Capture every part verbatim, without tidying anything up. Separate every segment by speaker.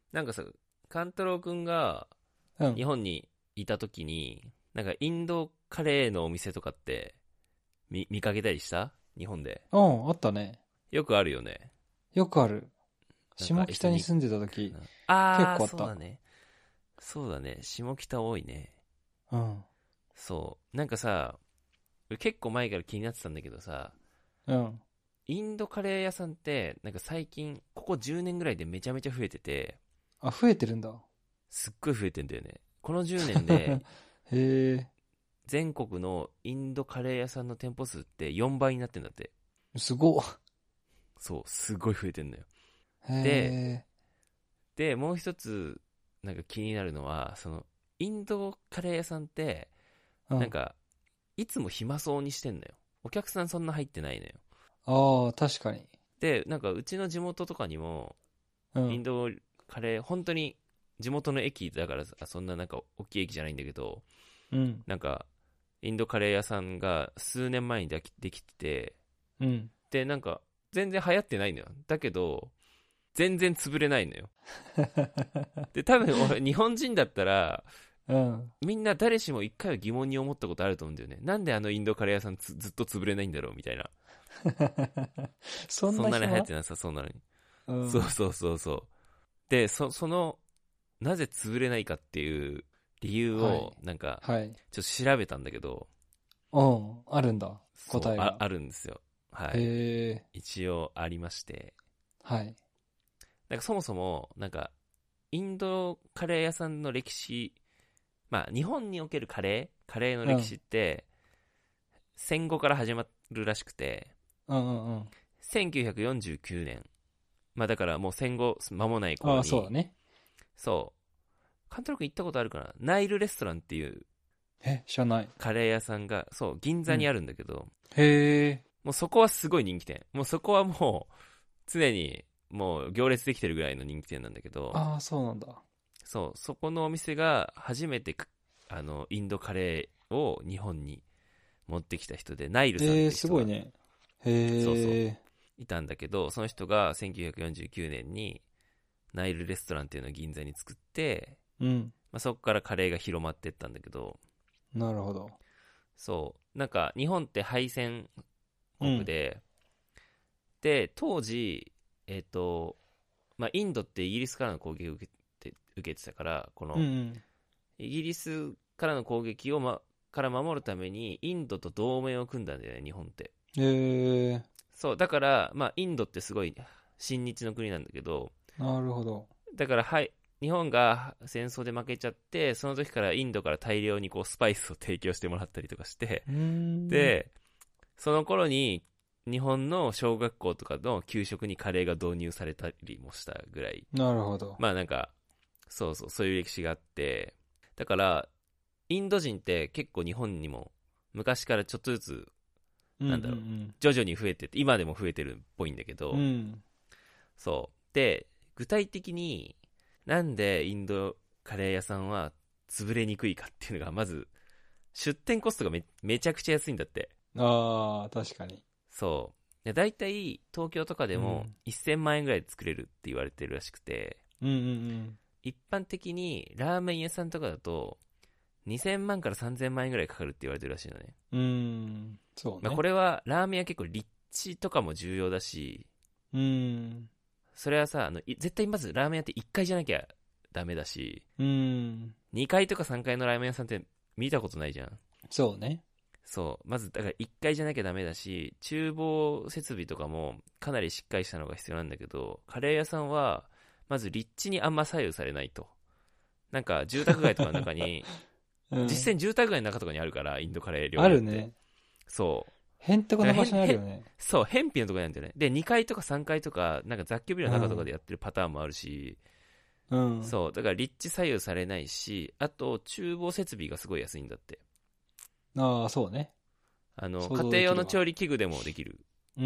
Speaker 1: なんかさ、カンタロウくんが日
Speaker 2: うん。
Speaker 1: 本にいた時に、なんかインドカレーのお店とかって見、見かけたりした日本で。
Speaker 2: うん、あったね。
Speaker 1: よくあるよね。
Speaker 2: よくある。
Speaker 1: なんか
Speaker 2: 下
Speaker 1: エスニッ
Speaker 2: 北に住んでた
Speaker 1: ク
Speaker 2: 時、
Speaker 1: な。あー、
Speaker 2: 結構あった。
Speaker 1: そうだね。そうだね。下北多いね。
Speaker 2: うん。
Speaker 1: そう。なんかさ、結構前から気になってたんだけどさ、
Speaker 2: うん。
Speaker 1: インドカレー屋さんって、なんか最近、ここじゅうねんぐらいでめちゃめちゃ増えてて、
Speaker 2: あ、増えてるんだ。
Speaker 1: すっごい増えてんだよね。このじゅうねんで、
Speaker 2: へえ、
Speaker 1: 全国のインドカレー屋さんの店舗数ってよんばいになってんだって。
Speaker 2: すごっ。
Speaker 1: そう、すごい増えてんだよ。
Speaker 2: へ
Speaker 1: で、
Speaker 2: え、
Speaker 1: で、もう一つ、なんか気になるのは、その、インドカレー屋さんって、
Speaker 2: うん。
Speaker 1: なんか、いつも暇そうにしてんのよ。お客さんそんな入ってないのよ。
Speaker 2: ああ、確かに。
Speaker 1: で、なんかうちの地元とかにも、
Speaker 2: うん。
Speaker 1: インドカレー、本当に地元の駅だからさ、そんななんか大きい駅じゃないんだけど、
Speaker 2: うん。
Speaker 1: なんか、インドカレー屋さんが数年前にできできてて、
Speaker 2: うん。
Speaker 1: で、なんか、全然流行ってないのよ。だけど、全然潰れないのよ。で、多分俺、日本人だったら、
Speaker 2: うん。
Speaker 1: みんな誰しも一回は疑問に思ったことあると思うんだよね。なんであのインドカレー屋さんつずっと潰れないんだろうみたいな。
Speaker 2: そん
Speaker 1: そんなに流行っ
Speaker 2: な暇。
Speaker 1: てなさそうなのに。
Speaker 2: うん。
Speaker 1: そうそうそうそう。で、そ、その、なぜ潰れないかっていう理由
Speaker 2: はい。
Speaker 1: を、なんか、
Speaker 2: はい。
Speaker 1: ちょっと調べたんだけど、
Speaker 2: うん。あるんだ。
Speaker 1: そう、あ、
Speaker 2: 答えが。
Speaker 1: あるんですよ。は
Speaker 2: へ
Speaker 1: い。
Speaker 2: え、
Speaker 1: 一応ありまして。
Speaker 2: はい。
Speaker 1: なんかそもそも、なんか、インドカレー屋さんの歴史、まあ、日本におけるカレー、カレーの歴史
Speaker 2: うん。
Speaker 1: って、戦後から始まるらしくて、
Speaker 2: うんうんうん。
Speaker 1: せんきゅうひゃくよんじゅうきゅうねん、まあだからもう戦後間もない
Speaker 2: ああ、そう
Speaker 1: 頃に、
Speaker 2: だね。
Speaker 1: そう、監督行ったことあるかな、ナイルレストランっていう
Speaker 2: え、知らない。
Speaker 1: カレー屋さんが、そう、銀
Speaker 2: うん。
Speaker 1: 座にあるんだけど、
Speaker 2: へえ、
Speaker 1: もうそこはすごい人気店。もうそこはもう、常にもう行列できてるぐらいの人気店なんだけど、
Speaker 2: ああ、そうなんだ。
Speaker 1: そう、そこのお店が初めてあの、インドカレーを日本に持ってきた人で、ナイルさんっ
Speaker 2: えー、
Speaker 1: て人が、
Speaker 2: すごいね。
Speaker 1: そうそ
Speaker 2: へえ、
Speaker 1: う、いたんだけど、その人がせんきゅうひゃくよんじゅうきゅうねんにナイルレストランっていうのを銀座に作って、
Speaker 2: うん。
Speaker 1: まあ、そこからカレーが広まっていったんだけど、
Speaker 2: なるほど。
Speaker 1: そう、なんか日本って敗戦
Speaker 2: うん。
Speaker 1: 国で、で、当時、えっ、と、まあ、インドってイギリスからの攻撃を受けて、受けてたから、この、
Speaker 2: うんうん
Speaker 1: イギリスからの攻撃を、ま、から守るために、インドと同盟を組んだんだよね、日本って。
Speaker 2: へえ、
Speaker 1: そう、だから、まあ、インドってすごい親日の国なんだけど、
Speaker 2: なるほど。
Speaker 1: だから、はい、日本が戦争で負けちゃって、その時からインドから大量にこうスパイスを提供してもらったりとかして、
Speaker 2: うーん。
Speaker 1: で、その頃に日本の小学校とかの給食にカレーが導入されたりもしたぐらい、
Speaker 2: なるほど。
Speaker 1: まあなんか、そうそう、そういう歴史があって、だから、インド人って結構日本にも昔からちょっとずつ、
Speaker 2: うんう
Speaker 1: なんだろう、
Speaker 2: ん
Speaker 1: 徐々に増えてて、今でも増えてるっぽいんだけ
Speaker 2: うん。
Speaker 1: ど、
Speaker 2: うん。
Speaker 1: そう。で、具体的になんでインドカレー屋さんは潰れにくいかっていうのが、まず、出店コストがめめちゃくちゃ安いんだって。
Speaker 2: ああ、確かに。
Speaker 1: そう。で、大体東京とかでも
Speaker 2: うん。
Speaker 1: せんまん円ぐらいで作れるって言われてるらしくて、
Speaker 2: うんうん
Speaker 1: 一般的にラーメン屋さんとかだとにせんまんからさんぜんまん円ぐらいかかるって言われてるらしいのね。
Speaker 2: うん。うーん。そう
Speaker 1: まあ、
Speaker 2: ね。
Speaker 1: これはラーメン屋結構立地とかも重要だし、
Speaker 2: うーん。
Speaker 1: それはさ、あのい絶対まずラーメン屋っていっかいじゃなきゃダメだし、
Speaker 2: うーん。
Speaker 1: にかいとかさんがいのラーメン屋さんって見たことないじゃん。
Speaker 2: そうね。
Speaker 1: そう。まず、だからいっかいじゃなきゃダメだし、厨房設備とかもかなりしっかりしたのが必要なんだけど、カレー屋さんは、まず立地にあんま左右されないと。なんか住宅街とかの中に、
Speaker 2: うん。
Speaker 1: 実際に住宅街の中とかにあるから、インドカレー料理屋って。
Speaker 2: あるね。
Speaker 1: そう。
Speaker 2: へんてこ
Speaker 1: だ
Speaker 2: な場所
Speaker 1: から変、変、
Speaker 2: にあるよね。
Speaker 1: そう、偏僻なところなんだよね。で、にかいとかさんがいとか、なんか雑居ビルの中とかで
Speaker 2: うん。
Speaker 1: やってるパターンもあるし、
Speaker 2: うん。
Speaker 1: そう、だから立地左右されないし、あと、厨房設備がすごい安いんだって。
Speaker 2: ああ、そうね。
Speaker 1: あの、
Speaker 2: 想
Speaker 1: 家庭用の
Speaker 2: 像できるわ。
Speaker 1: 調理器具でもできる。
Speaker 2: うん。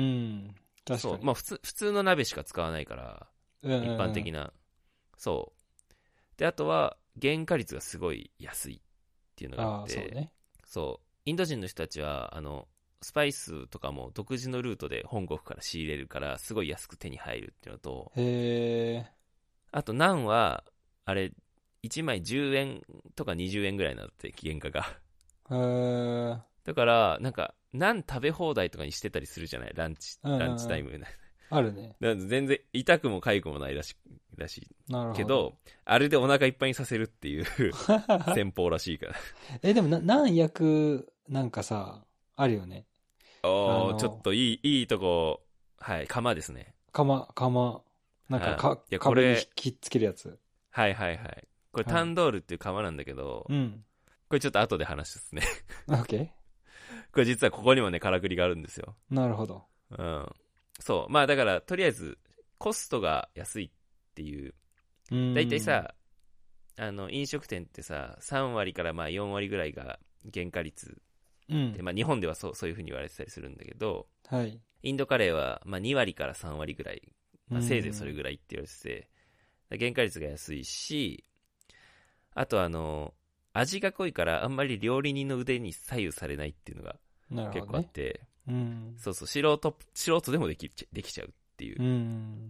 Speaker 2: 確
Speaker 1: そう、
Speaker 2: かに。
Speaker 1: まあ普通、普通の鍋しか使わないから、
Speaker 2: うんうん
Speaker 1: 一般
Speaker 2: うん。
Speaker 1: 的な。そう。で、あとは、原価率がすごい安いっていうのがあっ
Speaker 2: ああ、そう
Speaker 1: て、
Speaker 2: ね。
Speaker 1: そう、インド人の人たちは、あの、スパイスとかも独自のルートで本国から仕入れるから、すごい安く手に入るっていうのと、
Speaker 2: へえ。
Speaker 1: あとナンはあれいちまいじゅうえんとかにじゅうえんぐらいなんだって、原価が。
Speaker 2: へー。
Speaker 1: だからなんかナン食べ放題とかにしてたりするじゃない、ランチ、
Speaker 2: うんうんうん
Speaker 1: ランチタイム
Speaker 2: あるね。
Speaker 1: だから全然痛くも痒くもないらしらしい
Speaker 2: なるほど。
Speaker 1: けど、あれでお腹いっぱいにさせるっていう戦法らしいから。
Speaker 2: え、でもな、何役なんかさ、あるよね。
Speaker 1: おー、
Speaker 2: あの
Speaker 1: ちょっといい、いいとこ、はい、釜ですね。
Speaker 2: 釜、釜、なんかか、
Speaker 1: はいいやこ
Speaker 2: 壁
Speaker 1: れ
Speaker 2: にきっつけるやつ。
Speaker 1: はいはいはい。これ、
Speaker 2: はい
Speaker 1: タンドールっていう釜なんだけど、
Speaker 2: うん。
Speaker 1: これちょっと後で話すですね。
Speaker 2: オッケ
Speaker 1: これ実はここにもね、からくりがあるんですよ。
Speaker 2: ー。なるほど。
Speaker 1: うん。そう。まあだから、とりあえず、コストが安いっていう。
Speaker 2: うーん。
Speaker 1: だいたいさ、あの、飲食店ってさ、さん割からまあよん割ぐらいが原価率
Speaker 2: うん
Speaker 1: で、。まあ日本ではそう、そういう風に言われてたりするんだけど、
Speaker 2: はい。
Speaker 1: インドカレーはまあに割からさん割ぐらい、まあ、せいぜいそれぐらいって言われてて、原価率が安いし、あとあの、味が濃いからあんまり料理人の腕に左右されないっていうのが
Speaker 2: なるほど、ね。
Speaker 1: 結構あって、
Speaker 2: うん。
Speaker 1: そうそう、素人、素人でもできできちゃうっていう。
Speaker 2: うん。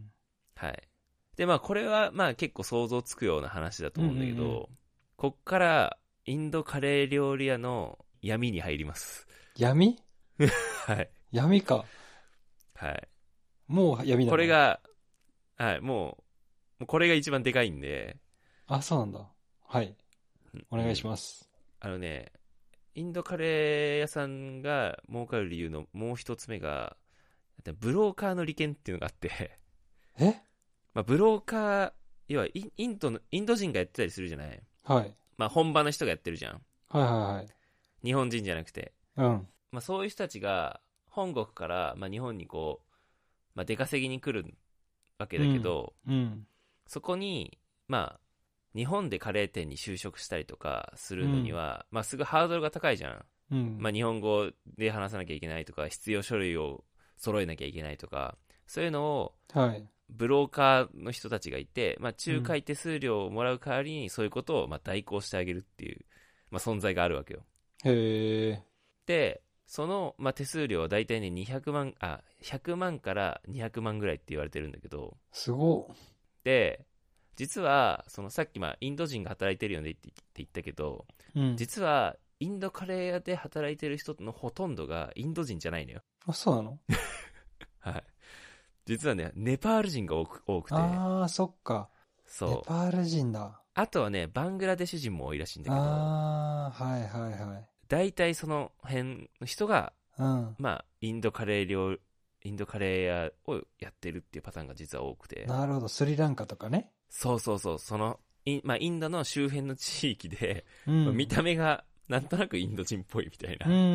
Speaker 1: はい。で、まあこれはまあ結構想像つくような話だと思うんだけど、
Speaker 2: うんうんうん、
Speaker 1: こっからインドカレー料理屋の闇に入ります。
Speaker 2: 闇
Speaker 1: はい。
Speaker 2: 闇か。
Speaker 1: はい。
Speaker 2: もう闇なの？
Speaker 1: これが、はい、もう、もうこれが一番でかいんで。
Speaker 2: あ、そうなんだ。はい。お願いします。
Speaker 1: うん、あのね、インドカレー屋さんが儲かる理由のもう一つ目が、ブローカーの利権っていうのがあって、
Speaker 2: え
Speaker 1: まあ、ブローカー、要はインドの、インド人がやってたりするじゃない。
Speaker 2: はい。
Speaker 1: まあ、本場の人がやってるじゃん。
Speaker 2: はいはいはい。
Speaker 1: 日本人じゃなくて。
Speaker 2: うん。
Speaker 1: まあ、そういう人たちが、本国から、まあ、日本にこう、まあ、出稼ぎに来るわけだけど、
Speaker 2: うん。うん、
Speaker 1: そこに、まあ、日本でカレー店に就職したりとかするのには、うん、まあ、すぐハードルが高いじゃん。
Speaker 2: うん。
Speaker 1: まあ、日本語で話さなきゃいけないとか、必要書類を揃えなきゃいけないとか、そういうのを、
Speaker 2: はい。
Speaker 1: ブローカーの人たちがいて、まあ、仲介手数料をもらう代わりにそういうことをまあ代行してあげるっていう、まあ、存在があるわけよ。
Speaker 2: へえ。
Speaker 1: で、その、まあ、手数料は大体ねにひゃくまん、あ、ひゃくまんからにひゃくまんぐらいって言われてるんだけど、
Speaker 2: すごっ。
Speaker 1: で、実はそのさっきまあインド人が働いてるよねって言ったけど、
Speaker 2: うん、
Speaker 1: 実はインドカレー屋で働いてる人のほとんどがインド人じゃないのよ。
Speaker 2: あ、そうなの？
Speaker 1: はい。実はね、ネパール人が多く多くて。
Speaker 2: ああ、そっか。
Speaker 1: そう。
Speaker 2: ネパール人だ。
Speaker 1: あとはね、バングラデシュ人も多いらしいんだけど。
Speaker 2: ああ、はいはいはい。
Speaker 1: 大体その辺の人が、
Speaker 2: うん。
Speaker 1: まあ、インドカレー料、インドカレー屋をやってるっていうパターンが実は多くて。
Speaker 2: なるほど、スリランカとかね。
Speaker 1: そうそうそう、その、イン,、まあ、インドの周辺の地域で、
Speaker 2: うん、
Speaker 1: まあ、見た目がなんとなくインド人っぽいみたいな。
Speaker 2: うん、うん、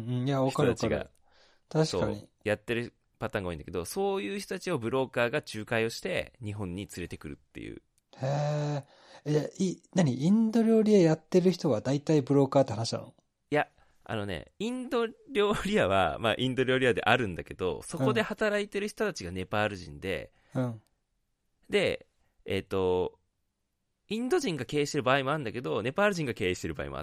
Speaker 2: うん。いや、わかるわかる。確かに。
Speaker 1: やってるパターンが多いんだけど、そういう人たちをブローカーが仲介をして日本に連れてくるっていう。
Speaker 2: へえ。いや、い、何インド料理屋やってる人は大体ブローカーって話なの？
Speaker 1: いや、あのね、インド料理屋は、まあ、インド料理屋であるんだけど、そこで働いてる人たちがネパール人で、
Speaker 2: うん。
Speaker 1: で、えっと、インド人が経営してる場合もあるんだけど、ネパール人が経営してる場合もあって、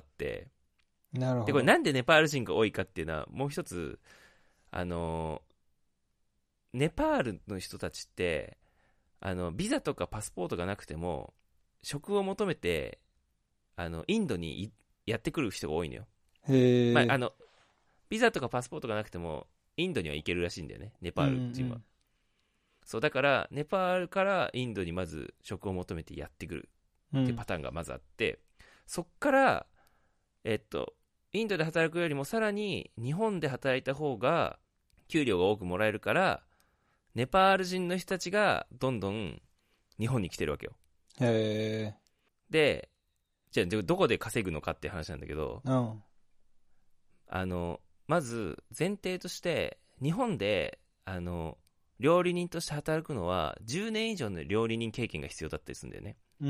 Speaker 2: なるほど。
Speaker 1: で、これなんでネパール人が多いかっていうのは、もう一つ、あの、ネパールの人たちって、あの、ビザとかパスポートがなくても、職を求めて、あの、インドにやってくる人が多いのよ。
Speaker 2: へえ。
Speaker 1: まあ、あの、ビザとかパスポートがなくても、インドには行けるらしいんだよね、ネパール人は。うんうん、そう、だから、ネパールからインドにまず職を求めてやってくるっていうパターンがまずあって、うん、そっから、えっと、インドで働くよりもさらに日本で働いた方が給料が多くもらえるから、ネパール人の人たちがどんどん日本に来てるわけよ。
Speaker 2: へえ。
Speaker 1: で、じゃあどこで稼ぐのかっていう話なんだけど、
Speaker 2: うん、
Speaker 1: あの、まず前提として、日本で、あの、料理人として働くのはじゅうねん以上の料理人経験が必要だったりするんだよね。
Speaker 2: うんうん。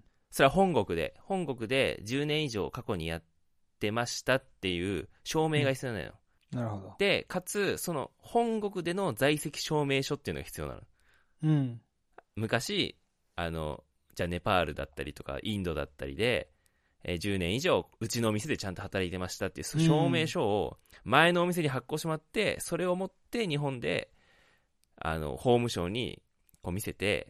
Speaker 1: それは本国で、本国でじゅうねん以上過去にやってましたっていう証明が必要なのよ。
Speaker 2: うん、なるほど。
Speaker 1: で、かつ、その本国での在籍証明書っていうのが必要なの。
Speaker 2: うん。
Speaker 1: 昔、あの、じゃあネパールだったりとか、インドだったりで、えー、じゅうねん以上、うちのお店でちゃんと働いてましたっていう証明書を前のお店に発行してもらって、それを持って日本で、あの、法務省にこう見せて、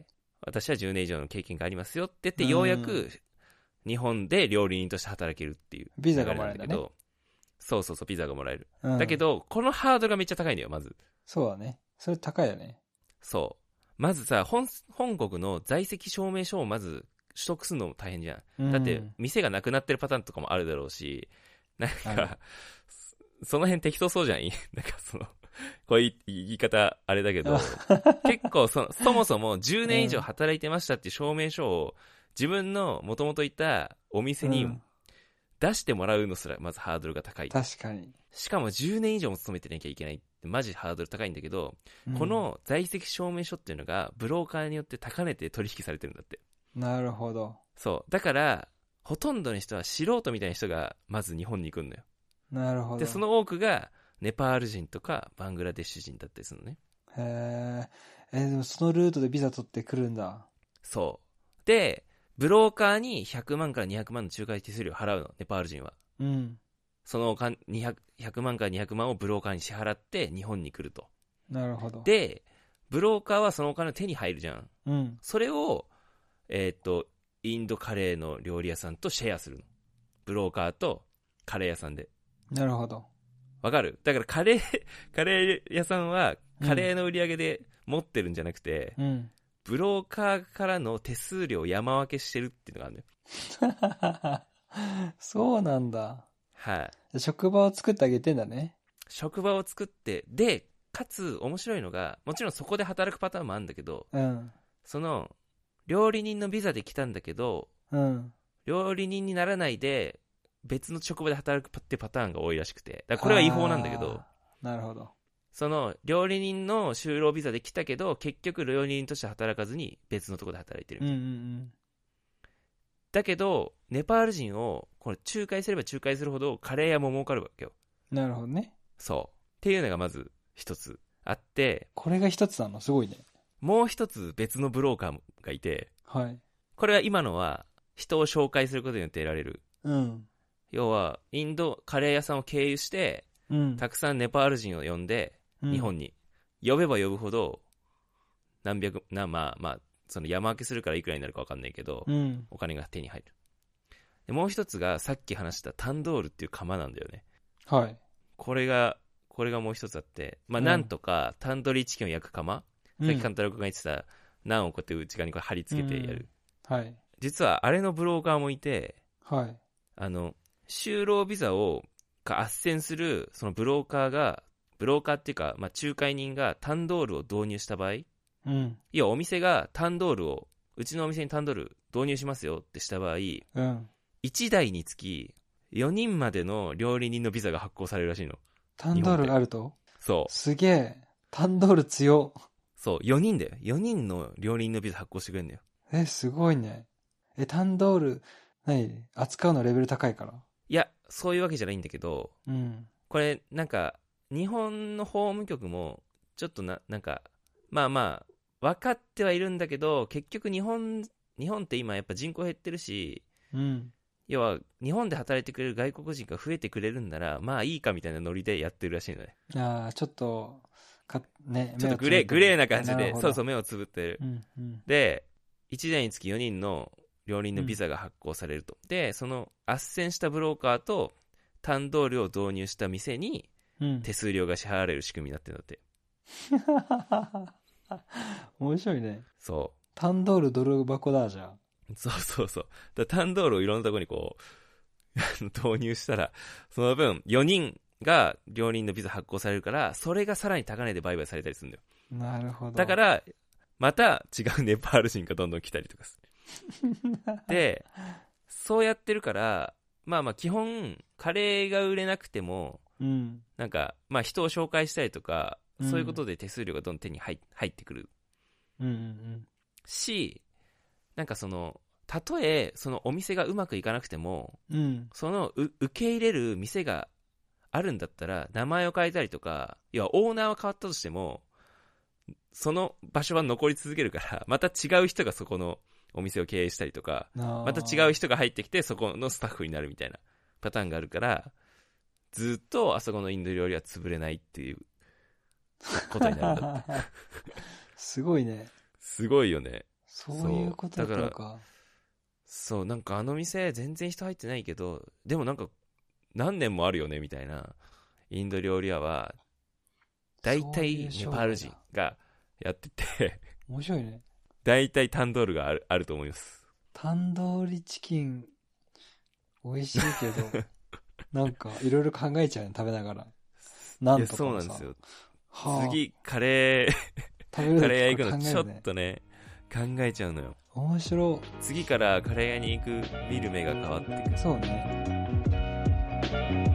Speaker 1: 私はじゅうねん以上の経験がありますよって言って、ようやく日本で料理人として働けるっていう
Speaker 2: ビザがもらえるんだね。
Speaker 1: そうそうそう、ビザがもらえる、
Speaker 2: うん、
Speaker 1: だけどこのハードルがめっちゃ高いんだよ。まず
Speaker 2: そうだね、それ高いよね。
Speaker 1: そうまずさ、本本国の在籍証明書をまず取得するのも大変じゃん、うん、だって店がなくなってるパターンとかもあるだろうし、なんかその辺適当そうじゃんなんかそのこういう言い方あれだけど結構 そ, そもそもじゅうねん以上働いてましたっていう証明書を自分のもともといたお店に出してもらうのすらまずハードルが高い。
Speaker 2: 確かに。
Speaker 1: しかもじゅうねん以上も勤めてなきゃいけないってマジハードル高いんだけど、うん、この在籍証明書っていうのがブローカーによって高値で取引されてるんだって。
Speaker 2: なるほど。
Speaker 1: そうだからほとんどの人は素人みたいな人がまず日本に行くんだよ。
Speaker 2: なるほど。
Speaker 1: でその多くがネパール人とかバングラデシュ人だったりするのね。
Speaker 2: へえ。えでもそのルートでビザ取ってくるんだ。
Speaker 1: そうでブローカーにひゃくまんからにひゃくまんの仲介手数料払うの、ネパール人は。
Speaker 2: うん。
Speaker 1: そのお金 ひゃく, ひゃくまんからにひゃくまんをブローカーに支払って日本に来ると。
Speaker 2: なるほど。
Speaker 1: でブローカーはそのお金の手に入るじゃん。
Speaker 2: うん。
Speaker 1: それをえー、っとインドカレーの料理屋さんとシェアするの。ブローカーとカレー屋さんで。
Speaker 2: なるほど。
Speaker 1: わかる？だからカレーカレー屋さんはカレーの売り上げで持ってるんじゃなくて、
Speaker 2: うん、
Speaker 1: ブローカーからの手数料を山分けしてるっていうのがあるのよ。
Speaker 2: そうなんだ。
Speaker 1: はい、
Speaker 2: 職場を作ってあげてんだね。
Speaker 1: 職場を作って、でかつ面白いのが、もちろんそこで働くパターンもあるんだけど、
Speaker 2: うん、そ
Speaker 1: の料理人のビザで来たんだけど、
Speaker 2: うん、
Speaker 1: 料理人にならないで別の職場で働くってパターンが多いらしくて、だからこれは違法なんだけど。
Speaker 2: なるほど。
Speaker 1: その料理人の就労ビザで来たけど結局料理人として働かずに別のところで働いてる、
Speaker 2: うんうんうん、
Speaker 1: だけどネパール人をこれ仲介すれば仲介するほどカレー屋も儲かるわけよ。
Speaker 2: なるほどね。
Speaker 1: そうっていうのがまず一つあって、
Speaker 2: これが一つなのすごいね。
Speaker 1: もう一つ別のブローカーがいて、
Speaker 2: はい、
Speaker 1: これは今のは人を紹介することによって得られる、
Speaker 2: うん、
Speaker 1: 要はインドカレー屋さんを経由して、うん、たくさんネパール人を呼んで日本に呼べば呼ぶほど何百なまあまあその山分けするからいくらになるか分かんないけど、
Speaker 2: うん、
Speaker 1: お金が手に入る。でもう一つがさっき話したタンドールっていう釜なんだよね。
Speaker 2: はい。
Speaker 1: これがこれがもう一つあって、まあ、うん、なんとかタンドリーチキンを焼く釜、うん、さっきカンタロウ君が言ってたナンをこうやって内側にこう貼り付けてやる、
Speaker 2: うん、はい。
Speaker 1: 実はあれのブローカーもいて、
Speaker 2: はい。
Speaker 1: あの就労ビザをが斡旋するそのブローカーがブローカーっていうか、まあ、仲介人がタンドールを導入した場合、
Speaker 2: うん、
Speaker 1: いやお店がタンドールをうちのお店にタンドール導入しますよってした場合、
Speaker 2: うん、
Speaker 1: いちだいにつきよにんまでの料理人のビザが発行されるらしいの。
Speaker 2: タンドールがあると？
Speaker 1: そう
Speaker 2: すげえ。タンドール強。
Speaker 1: そうよにんだよ。よにんの料理人のビザ発行してくれるんだよ。
Speaker 2: えすごいね。えタンドール何扱うのレベル高いから？
Speaker 1: いやそういうわけじゃないんだけど、
Speaker 2: うん、
Speaker 1: これなんか日本の法務局もちょっとななんかまあまあ分かってはいるんだけど、結局日本日本って今やっぱ人口減ってるし、
Speaker 2: うん、
Speaker 1: 要は日本で働いてくれる外国人が増えてくれるんならまあいいかみたいなノリでやってるらしいのね。
Speaker 2: ああちょっとかね
Speaker 1: ちょっとグレーグレーな感じで、そうそう目をつぶってる、
Speaker 2: うんうん、
Speaker 1: でいちだいにつきよにんの料理人のビザが発行されると、うん、でその斡旋したブローカーとタンドールを導入した店に手数料が支払われる仕組みになってるんだって。
Speaker 2: 面白いね。
Speaker 1: そう
Speaker 2: タンドールドル箱だじゃん。
Speaker 1: そうそうそう。だタンドールをいろんなところにこう導入したらその分よにんが料理人のビザ発行されるから、それがさらに高値で売買されたりするんだよ。
Speaker 2: なるほど。
Speaker 1: だからまた違うネパール人がどんどん来たりとかするでそうやってるから、まあまあ基本カレーが売れなくても、
Speaker 2: うん、
Speaker 1: なんかまあ人を紹介したりとか、うん、そういうことで手数料がどんどん手に 入, 入ってくる、
Speaker 2: うんうんうん、
Speaker 1: し、なんかそのたとえそのお店がうまくいかなくても、
Speaker 2: うん、
Speaker 1: その受け入れる店があるんだったら名前を変えたりとか、要はオーナーは変わったとしてもその場所は残り続けるから、また違う人がそこのお店を経営したりとか、また違う人が入ってきてそこのスタッフになるみたいなパターンがあるから、ずっとあそこのインド料理は潰れないっていうことになるんだって。
Speaker 2: すごいね。
Speaker 1: すごいよね。
Speaker 2: そういうことだったの
Speaker 1: だか
Speaker 2: か。
Speaker 1: そう、なんかあの店全然人入ってないけど、でもなんか何年もあるよねみたいな。インド料理屋は大体ネパール人がやってて、
Speaker 2: 面白いね。
Speaker 1: 大体タンドールがある、あると思います。
Speaker 2: タンドーリチキン美味しいけどなんかいろいろ考えちゃうね、食べながら。なんとかもさ。
Speaker 1: いやそうなんですよ。
Speaker 2: はあ、
Speaker 1: 次カレー
Speaker 2: 食べる
Speaker 1: カレー屋
Speaker 2: 時とか考えるね。
Speaker 1: 行くのちょっとね考えちゃうのよ。
Speaker 2: 面白
Speaker 1: 次からカレー屋に行く見る目が変わってくる。
Speaker 2: そうね。